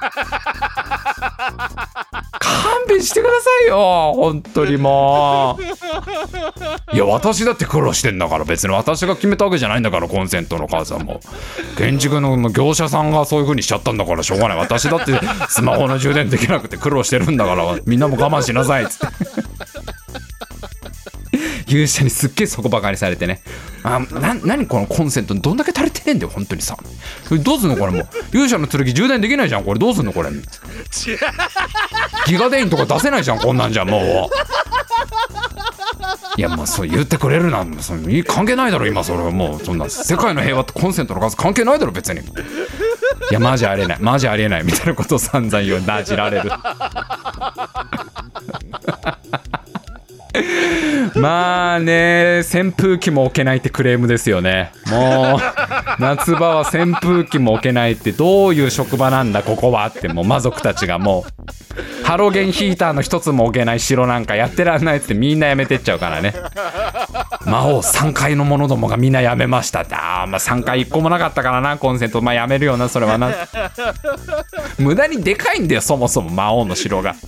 勘弁してくださいよ本当にもう。いや私だって苦労してんだから、別に私が決めたわけじゃないんだから、コンセントの数はもう建築の業者さんがそういう風にしちゃったんだからしょうがない。私だってスマホの充電できなくて苦労してるんだから、みんなも我慢しなさいっつって。勇者にすっげえそこばかりされてね、何このコンセントどんだけ足りてねえんだよ本当にさ。どうすんのこれ、もう勇者の剣充電できないじゃんこれ、どうすんのこれ。ギガデインとか出せないじゃんこんなんじゃもう。いやもうそう言ってくれるな、その関係ないだろ今それは。もうそんな世界の平和とコンセントの数関係ないだろ別に。いやマジありえないマジありえないみたいなことを散々言う、なじられる。まあね、扇風機も置けないってクレームですよね。もう夏場は扇風機も置けないってどういう職場なんだここはって、もう魔族たちがもうハロゲンヒーターの一つも置けない城なんかやってらんないってみんなやめてっちゃうからね。魔王3階の者どもがみんなやめましたって。まあ3階1個もなかったからなコンセント。まあやめるよなそれはな。無駄にでかいんだよそもそも魔王の城が。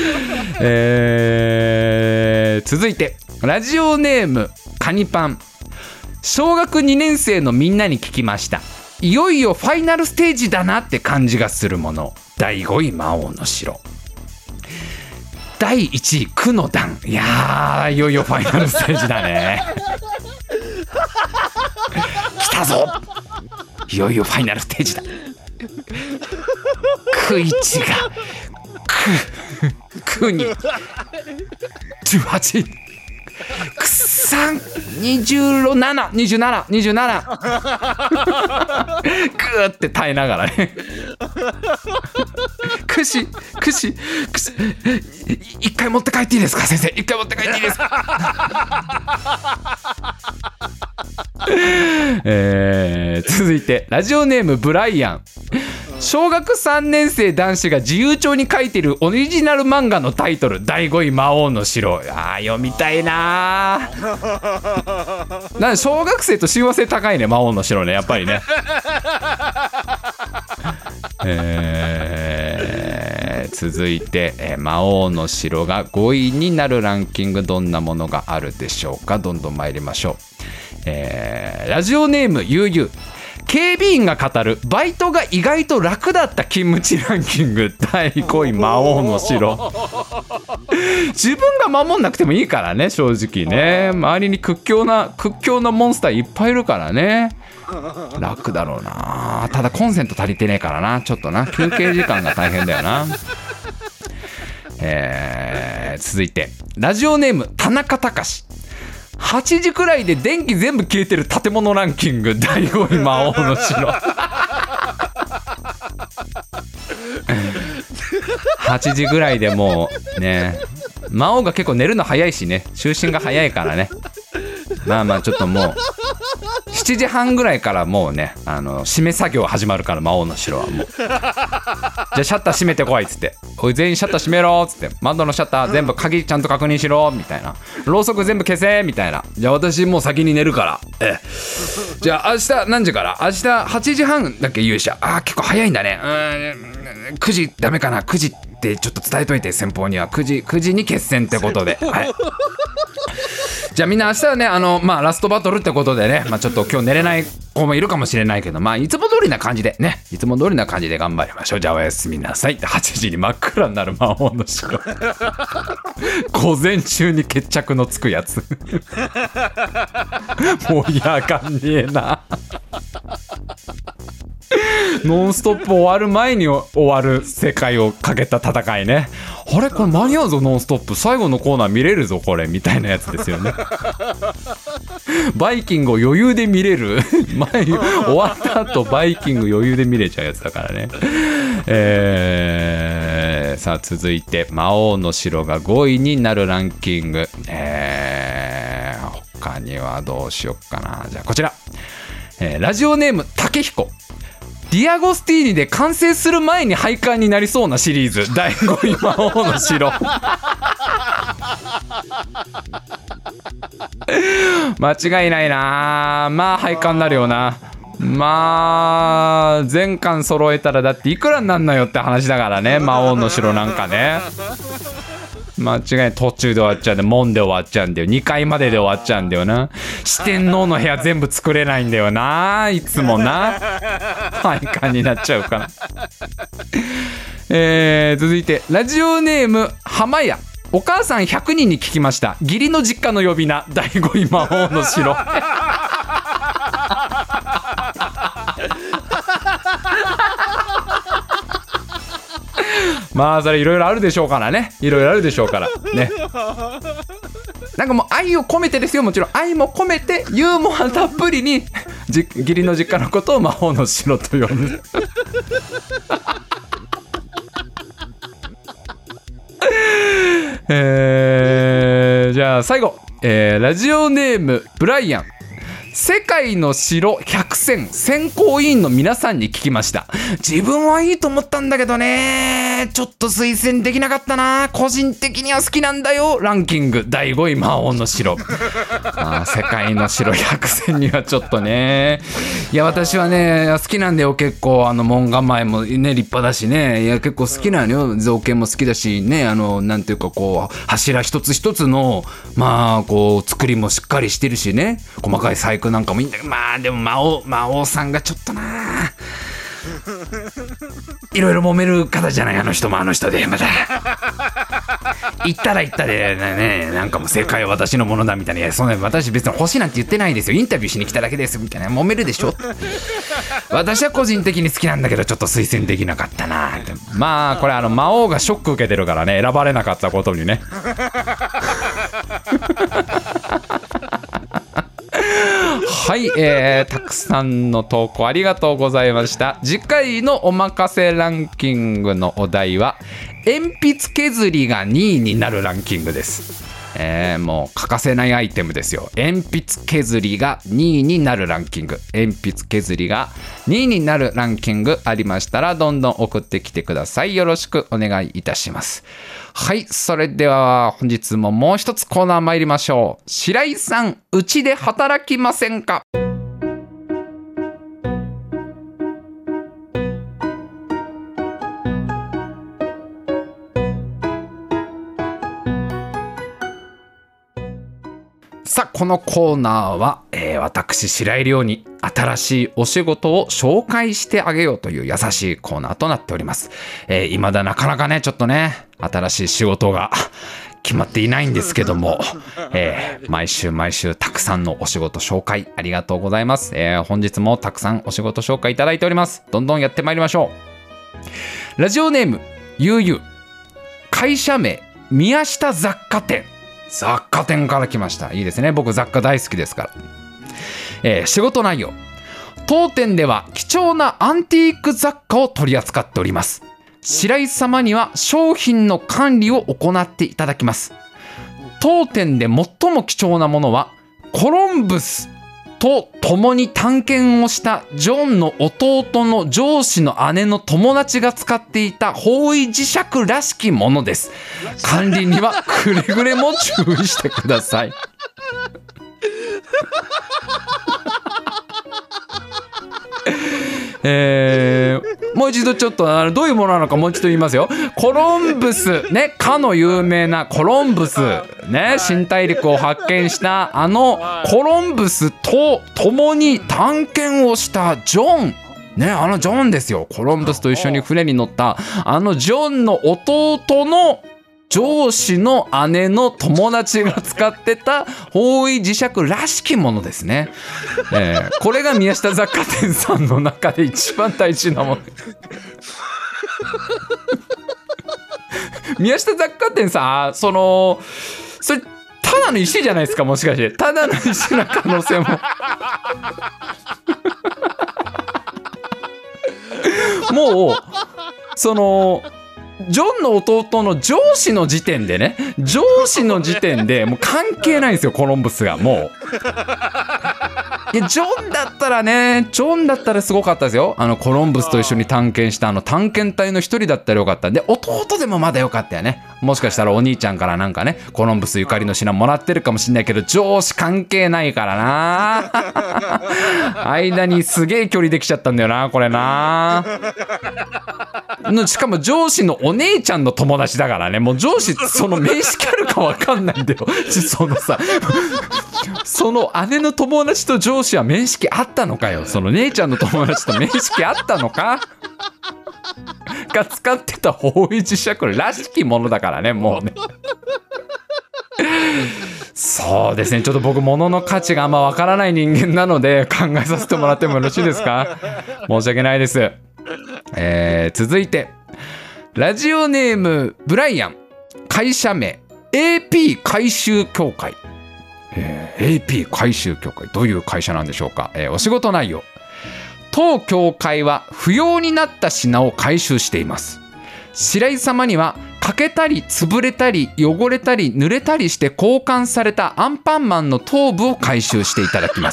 続いてラジオネームカニパン。小学2年生のみんなに聞きました。いよいよファイナルステージだなって感じがするもの第5位魔王の城。第1位苦の段。いやーいよいよファイナルステージだね。来たぞ、いよいよファイナルステージだ。苦1が苦に18、くっさん27、27、27。ぐーって耐えながらね。くし一回持って帰っていいですか先生、一回持って帰っていいですか。続いてラジオネームブライアン。小学3年生男子が自由帳に書いてるオリジナル漫画のタイトル第5位魔王の城。読みたいな。なん小学生と親和性高いね魔王の城ねやっぱりね。続いて、魔王の城が5位になるランキング、どんなものがあるでしょうか。どんどん参りましょう。ラジオネームゆうゆう。警備員が語るバイトが意外と楽だった勤務地ランキング第5位魔王の城。自分が守んなくてもいいからね正直ね。周りに屈強なモンスターいっぱいいるからね楽だろうな。ただコンセント足りてねえからな、ちょっとな休憩時間が大変だよな。 続いてラジオネーム田中隆。8時くらいで電気全部消えてる建物ランキング第5位魔王の城。8時ぐらいでもうね、魔王が結構寝るの早いしね、就寝が早いからね、まあちょっともう7時半ぐらいからもうね、閉め作業始まるから、魔王の城はもうじゃあシャッター閉めてこいっつって、おい全員シャッター閉めろっつって、窓のシャッター全部鍵ちゃんと確認しろみたいな、ろうそく全部消せみたいな、じゃあ私もう先に寝るから、じゃあ明日何時から、明日8時半だっけ勇者、結構早いんだね、9時ダメかな、9時ってちょっと伝えといて先方には、9時に決戦ってことで、はい。じゃあみんな明日はね、ラストバトルってことでね、ちょっと今日寝れない子もいるかもしれないけど、いつも通りな感じでね、いつも通りな感じで頑張りましょう。じゃあおやすみなさいって、8時に真っ暗になる魔王の城。午前中に決着のつくやつ。もうやがんねえな。ノンストップ終わる前に終わる世界をかけた戦いね。あれこれ間に合うぞノンストップ、最後のコーナー見れるぞこれみたいなやつですよね。バイキングを余裕で見れる終わった後バイキング余裕で見れちゃうやつだからね。さあ続いて魔王の城が5位になるランキング、他にはどうしよっかな。じゃあこちら、ラジオネーム竹彦。ディアゴスティーニで完成する前に廃刊になりそうなシリーズ第5位魔王の城。間違いないな。廃刊になるよな。全巻揃えたらだっていくらになんのよって話だからね、魔王の城なんかね。間違いない、途中で終わっちゃうんで、門で終わっちゃうんだよ、2階までで終わっちゃうんだよな。四天王の部屋全部作れないんだよな、いつもな。廃刊になっちゃうから。続いてラジオネーム浜屋。お母さん100人に聞きました、義理の実家の呼び名第5位魔王の城。それいろいろあるでしょうからね、いろいろあるでしょうからね。なんかもう愛を込めてですよ、もちろん愛も込めてユーモアたっぷりに義理の実家のことを魔王の城と呼ぶ。じゃあ最後、ラジオネームブライアン。世界の城100選選考委員の皆さんに聞きました。自分はいいと思ったんだけどね、ちょっと推薦できなかったな、個人的には好きなんだよランキング第5位魔王の城。世界の城100選にはちょっとね、いや私はね好きなんだよ結構、門構えもね立派だしね、いや結構好きなのよ、造形も好きだしね、なんていうかこう柱一つ一つのこう作りもしっかりしてるしね、細かい細工なんかもいいんだけど、でも魔王さんがちょっとないろいろ揉める方じゃない、あの人もあの人でまた行ったら行ったでね、なんかもう正解は私のものだみたいな、いやそんな私別に欲しいなんて言ってないですよ、インタビューしに来ただけですみたいな、揉めるでしょ。私は個人的に好きなんだけどちょっと推薦できなかったな。これ魔王がショック受けてるからね、選ばれなかったことにね。はい、たくさんの投稿ありがとうございました。次回のおまかせランキングのお題は鉛筆削りが2位になるランキングです。もう欠かせないアイテムですよ。鉛筆削りが2位になるランキング、鉛筆削りが2位になるランキングありましたらどんどん送ってきてください。よろしくお願いいたします。はい、それでは本日ももう一つコーナー参りましょう。白井さん、うちで働きませんか？さあこのコーナーは、私白井亮に新しいお仕事を紹介してあげようという優しいコーナーとなっております。未だなかなかねちょっとね新しい仕事が決まっていないんですけども、毎週たくさんのお仕事紹介ありがとうございます。本日もたくさんお仕事紹介いただいております。どんどんやってまいりましょう。ラジオネームゆうゆう。会社名宮下雑貨店。雑貨店から来ました。いいですね、僕雑貨大好きですから。仕事内容。当店では貴重なアンティーク雑貨を取り扱っております。白井様には商品の管理を行っていただきます。当店で最も貴重なものはコロンブスと共に探検をしたジョンの弟の上司の姉の友達が使っていた方位磁石らしきものです。管理にはくれぐれも注意してください。もう一度ちょっとどういうものなのかもう一度言いますよ。コロンブスね、かの有名なコロンブスね、新大陸を発見したコロンブスと共に探検をしたジョンね、ジョンですよ。コロンブスと一緒に船に乗ったジョンの弟の上司の姉の友達が使ってた方位磁石らしきものですね。これが宮下雑貨店さんの中で一番大事なもの。宮下雑貨店さん、それただの石じゃないですか。もしかしてただの石な可能性ももうジョンの弟の上司の時点でね、上司の時点でもう関係ないんですよ、コロンブスが。もういやジョンだったらすごかったですよ。コロンブスと一緒に探検した探検隊の一人だったらよかったんで、弟でもまだよかったよね。もしかしたらお兄ちゃんからなんかね、コロンブスゆかりの品もらってるかもしんないけど、上司関係ないからな。間にすげえ距離できちゃったんだよな、これな。しかも上司のお姉ちゃんの友達だからね。もう上司その面識あるか分かんないんだよ。その姉の友達と上司は面識あったのかよ。その姉ちゃんの友達と面識あったのかが使ってた方位磁石らしきものだからね、もうね。そうですね、ちょっと僕物の価値があんま分からない人間なので考えさせてもらってもよろしいですか。申し訳ないです。続いてラジオネームブライアン。会社名 AP 回収協会。AP 回収協会、どういう会社なんでしょうか。お仕事内容。当協会は不要になった品を回収しています。白井様には欠けたり潰れたり汚れたり濡れたりして交換されたアンパンマンの頭部を回収していただきます。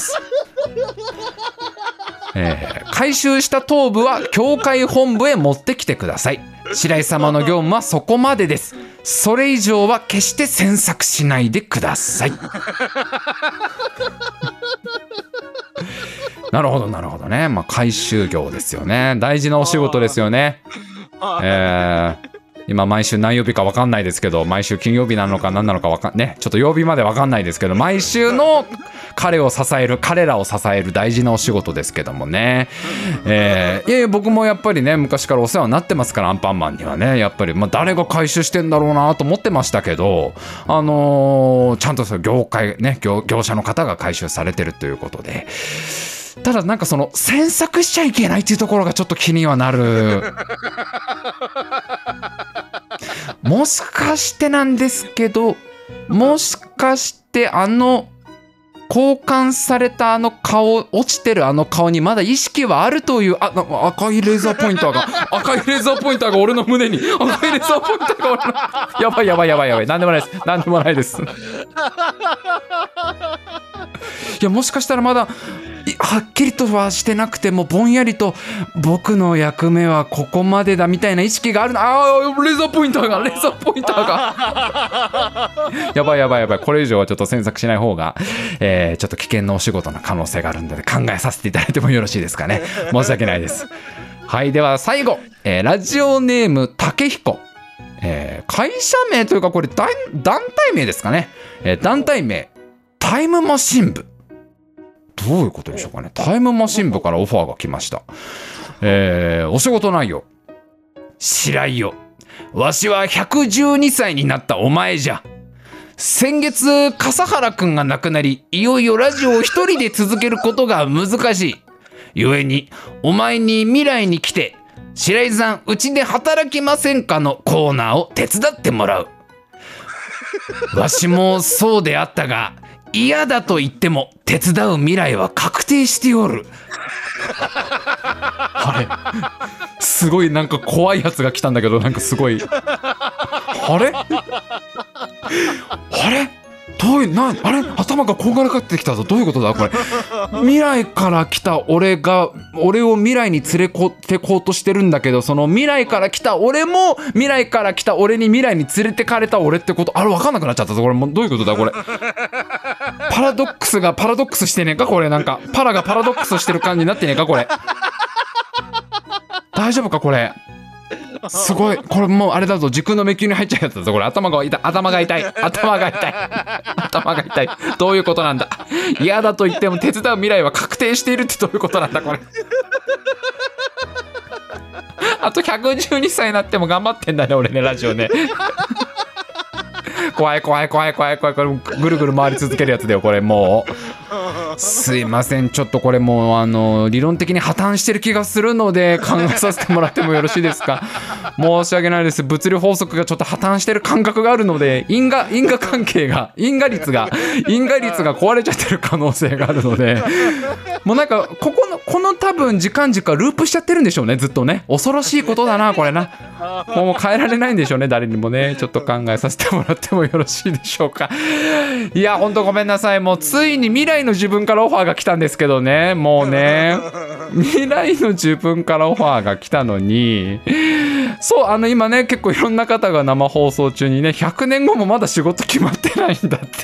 回収した頭部は協会本部へ持ってきてください。白井様の業務はそこまでです。それ以上は決して詮索しないでください。なるほどね。回収業ですよね。大事なお仕事ですよね。今毎週何曜日か分かんないですけど、毎週金曜日なのか何なのかね、ちょっと曜日まで分かんないですけど、毎週の彼らを支える大事なお仕事ですけどもね。僕もやっぱりね、昔からお世話になってますから、アンパンマンにはね。やっぱり誰が回収してんだろうなと思ってましたけど、ちゃんとその業者の方が回収されてるということで。ただ詮索しちゃいけないっていうところがちょっと気にはなる。もしかしてなんですけど、もしかして交換された落ちてる顔にまだ意識はあるという、赤いレーザーポインターが俺の胸に、赤いレーザーポインターが俺のやばい、なんでもないです。いや、もしかしたらまだはっきりとはしてなくてもぼんやりと僕の役目はここまでだみたいな意識があるレーザーポインターがやばい、これ以上はちょっと詮索しない方が、ちょっと危険なお仕事の可能性があるので考えさせていただいてもよろしいですかね。申し訳ないです。はい、では最後、ラジオネーム竹彦。会社名というかこれ団体名ですかね。団体名タイムマシン部。どういうことでしょうかね。タイムマシン部からオファーが来ました。お仕事内容。白井よ、わしは112歳になったお前じゃ。先月笠原くんが亡くなり、いよいよラジオを一人で続けることが難しい。故にお前に未来に来て、白井さんうちで働きませんかのコーナーを手伝ってもらう。 わしもそうであったが、嫌だと言っても手伝う未来は確定しておる。あれすごいなんか怖いやつが来たんだけど、なんかすごいあれどういうあれ頭がこんがらがってきたぞ。どういうことだこれ。未来から来た俺を未来に連れてこうとしてるんだけど、その未来から来た俺も未来から来た俺に未来に連れてかれた俺ってこと。あれ分かんなくなっちゃったぞこれ。もうどういうことだこれ。パラドックスがパラドックスしてねえかこれ。なんかパラがパラドックスしてる感じになってねえかこれ。大丈夫かこれ。すごいこれもうあれだぞ、時空の迷宮に入っちゃうやつだぞこれ。頭が痛い。どういうことなんだ。嫌だと言っても手伝う未来は確定しているってどういうことなんだこれ。あと112歳になっても頑張ってんだね俺ね、ラジオね。怖いこれぐるぐる回り続けるやつだよこれ。もうすいません、ちょっとこれもう理論的に破綻してる気がするので考えさせてもらってもよろしいですか。申し訳ないです。物理法則がちょっと破綻してる感覚があるので、因果関係が因果率が壊れちゃってる可能性があるので、もうなんかこの多分時間軸がループしちゃってるんでしょうね、ずっとね。恐ろしいことだなこれな。もう変えられないんでしょうね誰にもね。ちょっと考えさせてもらってもよろしいでしょうか。いやほんとごめんなさい。もうついに未来の自分からオファーが来たんですけどね。もうね未来の自分からオファーが来たのに、そう今ね結構いろんな方が生放送中にね、100年後もまだ仕事決まってないんだって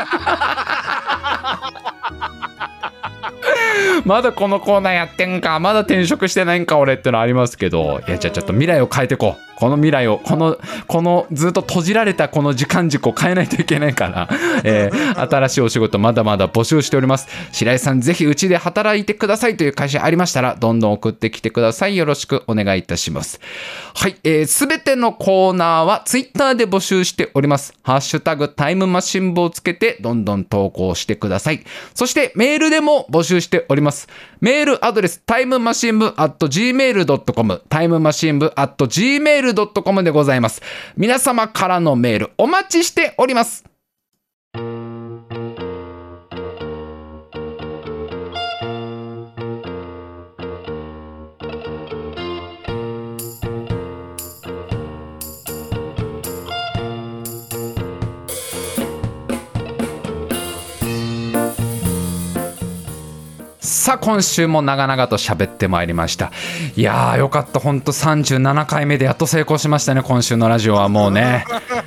まだこのコーナーやってんか、まだ転職してないんか俺ってのありますけど、いやじゃあちょっと未来を変えてこう。この未来をこのずっと閉じられたこの時間軸を変えないといけないから、新しいお仕事まだまだ募集しております。白井さんぜひうちで働いてくださいという会社ありましたらどんどん送ってきてください。よろしくお願いいたします。はい、すべてのコーナーはツイッターで募集しております。ハッシュタグタイムマシン部をつけてどんどん投稿してください。そしてメールでも募集しております。メールアドレスタイムマシン部 @gmail.com タイムマシン部 @gmail.com でございます。皆様からのメールお待ちしております。さあ今週も長々と喋ってまいりました。いやーよかった。ほんと37回目でやっと成功しましたね。今週のラジオはもうね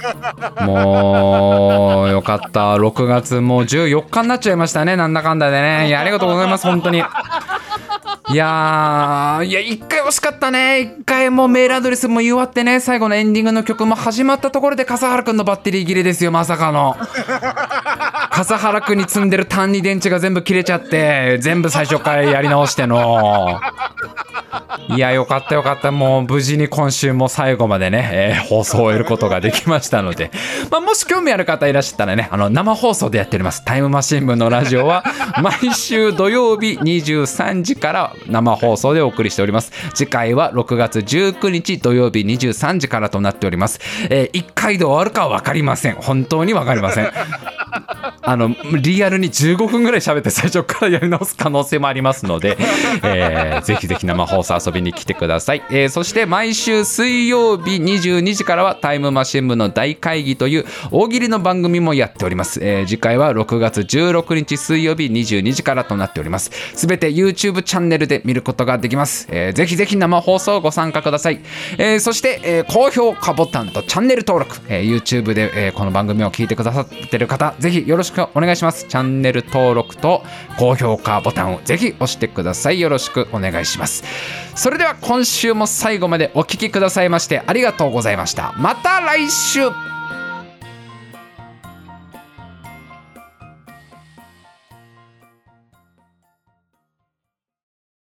もうよかった。6月もう14日になっちゃいましたね、なんだかんだでね。いやありがとうございます本当に。いや1回惜しかったね。1回もうメールアドレスも言い終わってね、最後のエンディングの曲も始まったところで笠原くんのバッテリー切れですよ。まさかの笠原くんに積んでる単2電池が全部切れちゃって全部最初からやり直しての。いやよかったもう無事に今週も最後までね、放送を終えることができましたので、もし興味ある方いらっしゃったらね、生放送でやっておりますタイムマシン部のラジオは毎週土曜日23時から生放送でお送りしております。次回は6月19日土曜日23時からとなっております。1回で終わるかは分かりません。本当に分かりません。リアルに15分ぐらい喋って最初からやり直す可能性もありますので、ぜひぜひ生放送遊びに来てください。そして毎週水曜日22時からはタイムマシン部の大会議という大喜利の番組もやっております。次回は6月16日水曜日22時からとなっております。すべて YouTube チャンネルで見ることができます。ぜひぜひ生放送ご参加ください。そして、高評価ボタンとチャンネル登録、YouTube で、この番組を聞いてくださっている方ぜひよろしくお願いします。チャンネル登録と高評価ボタンをぜひ押してください。よろしくお願いします。それでは今週も最後までお聞きくださいましてありがとうございました。また来週。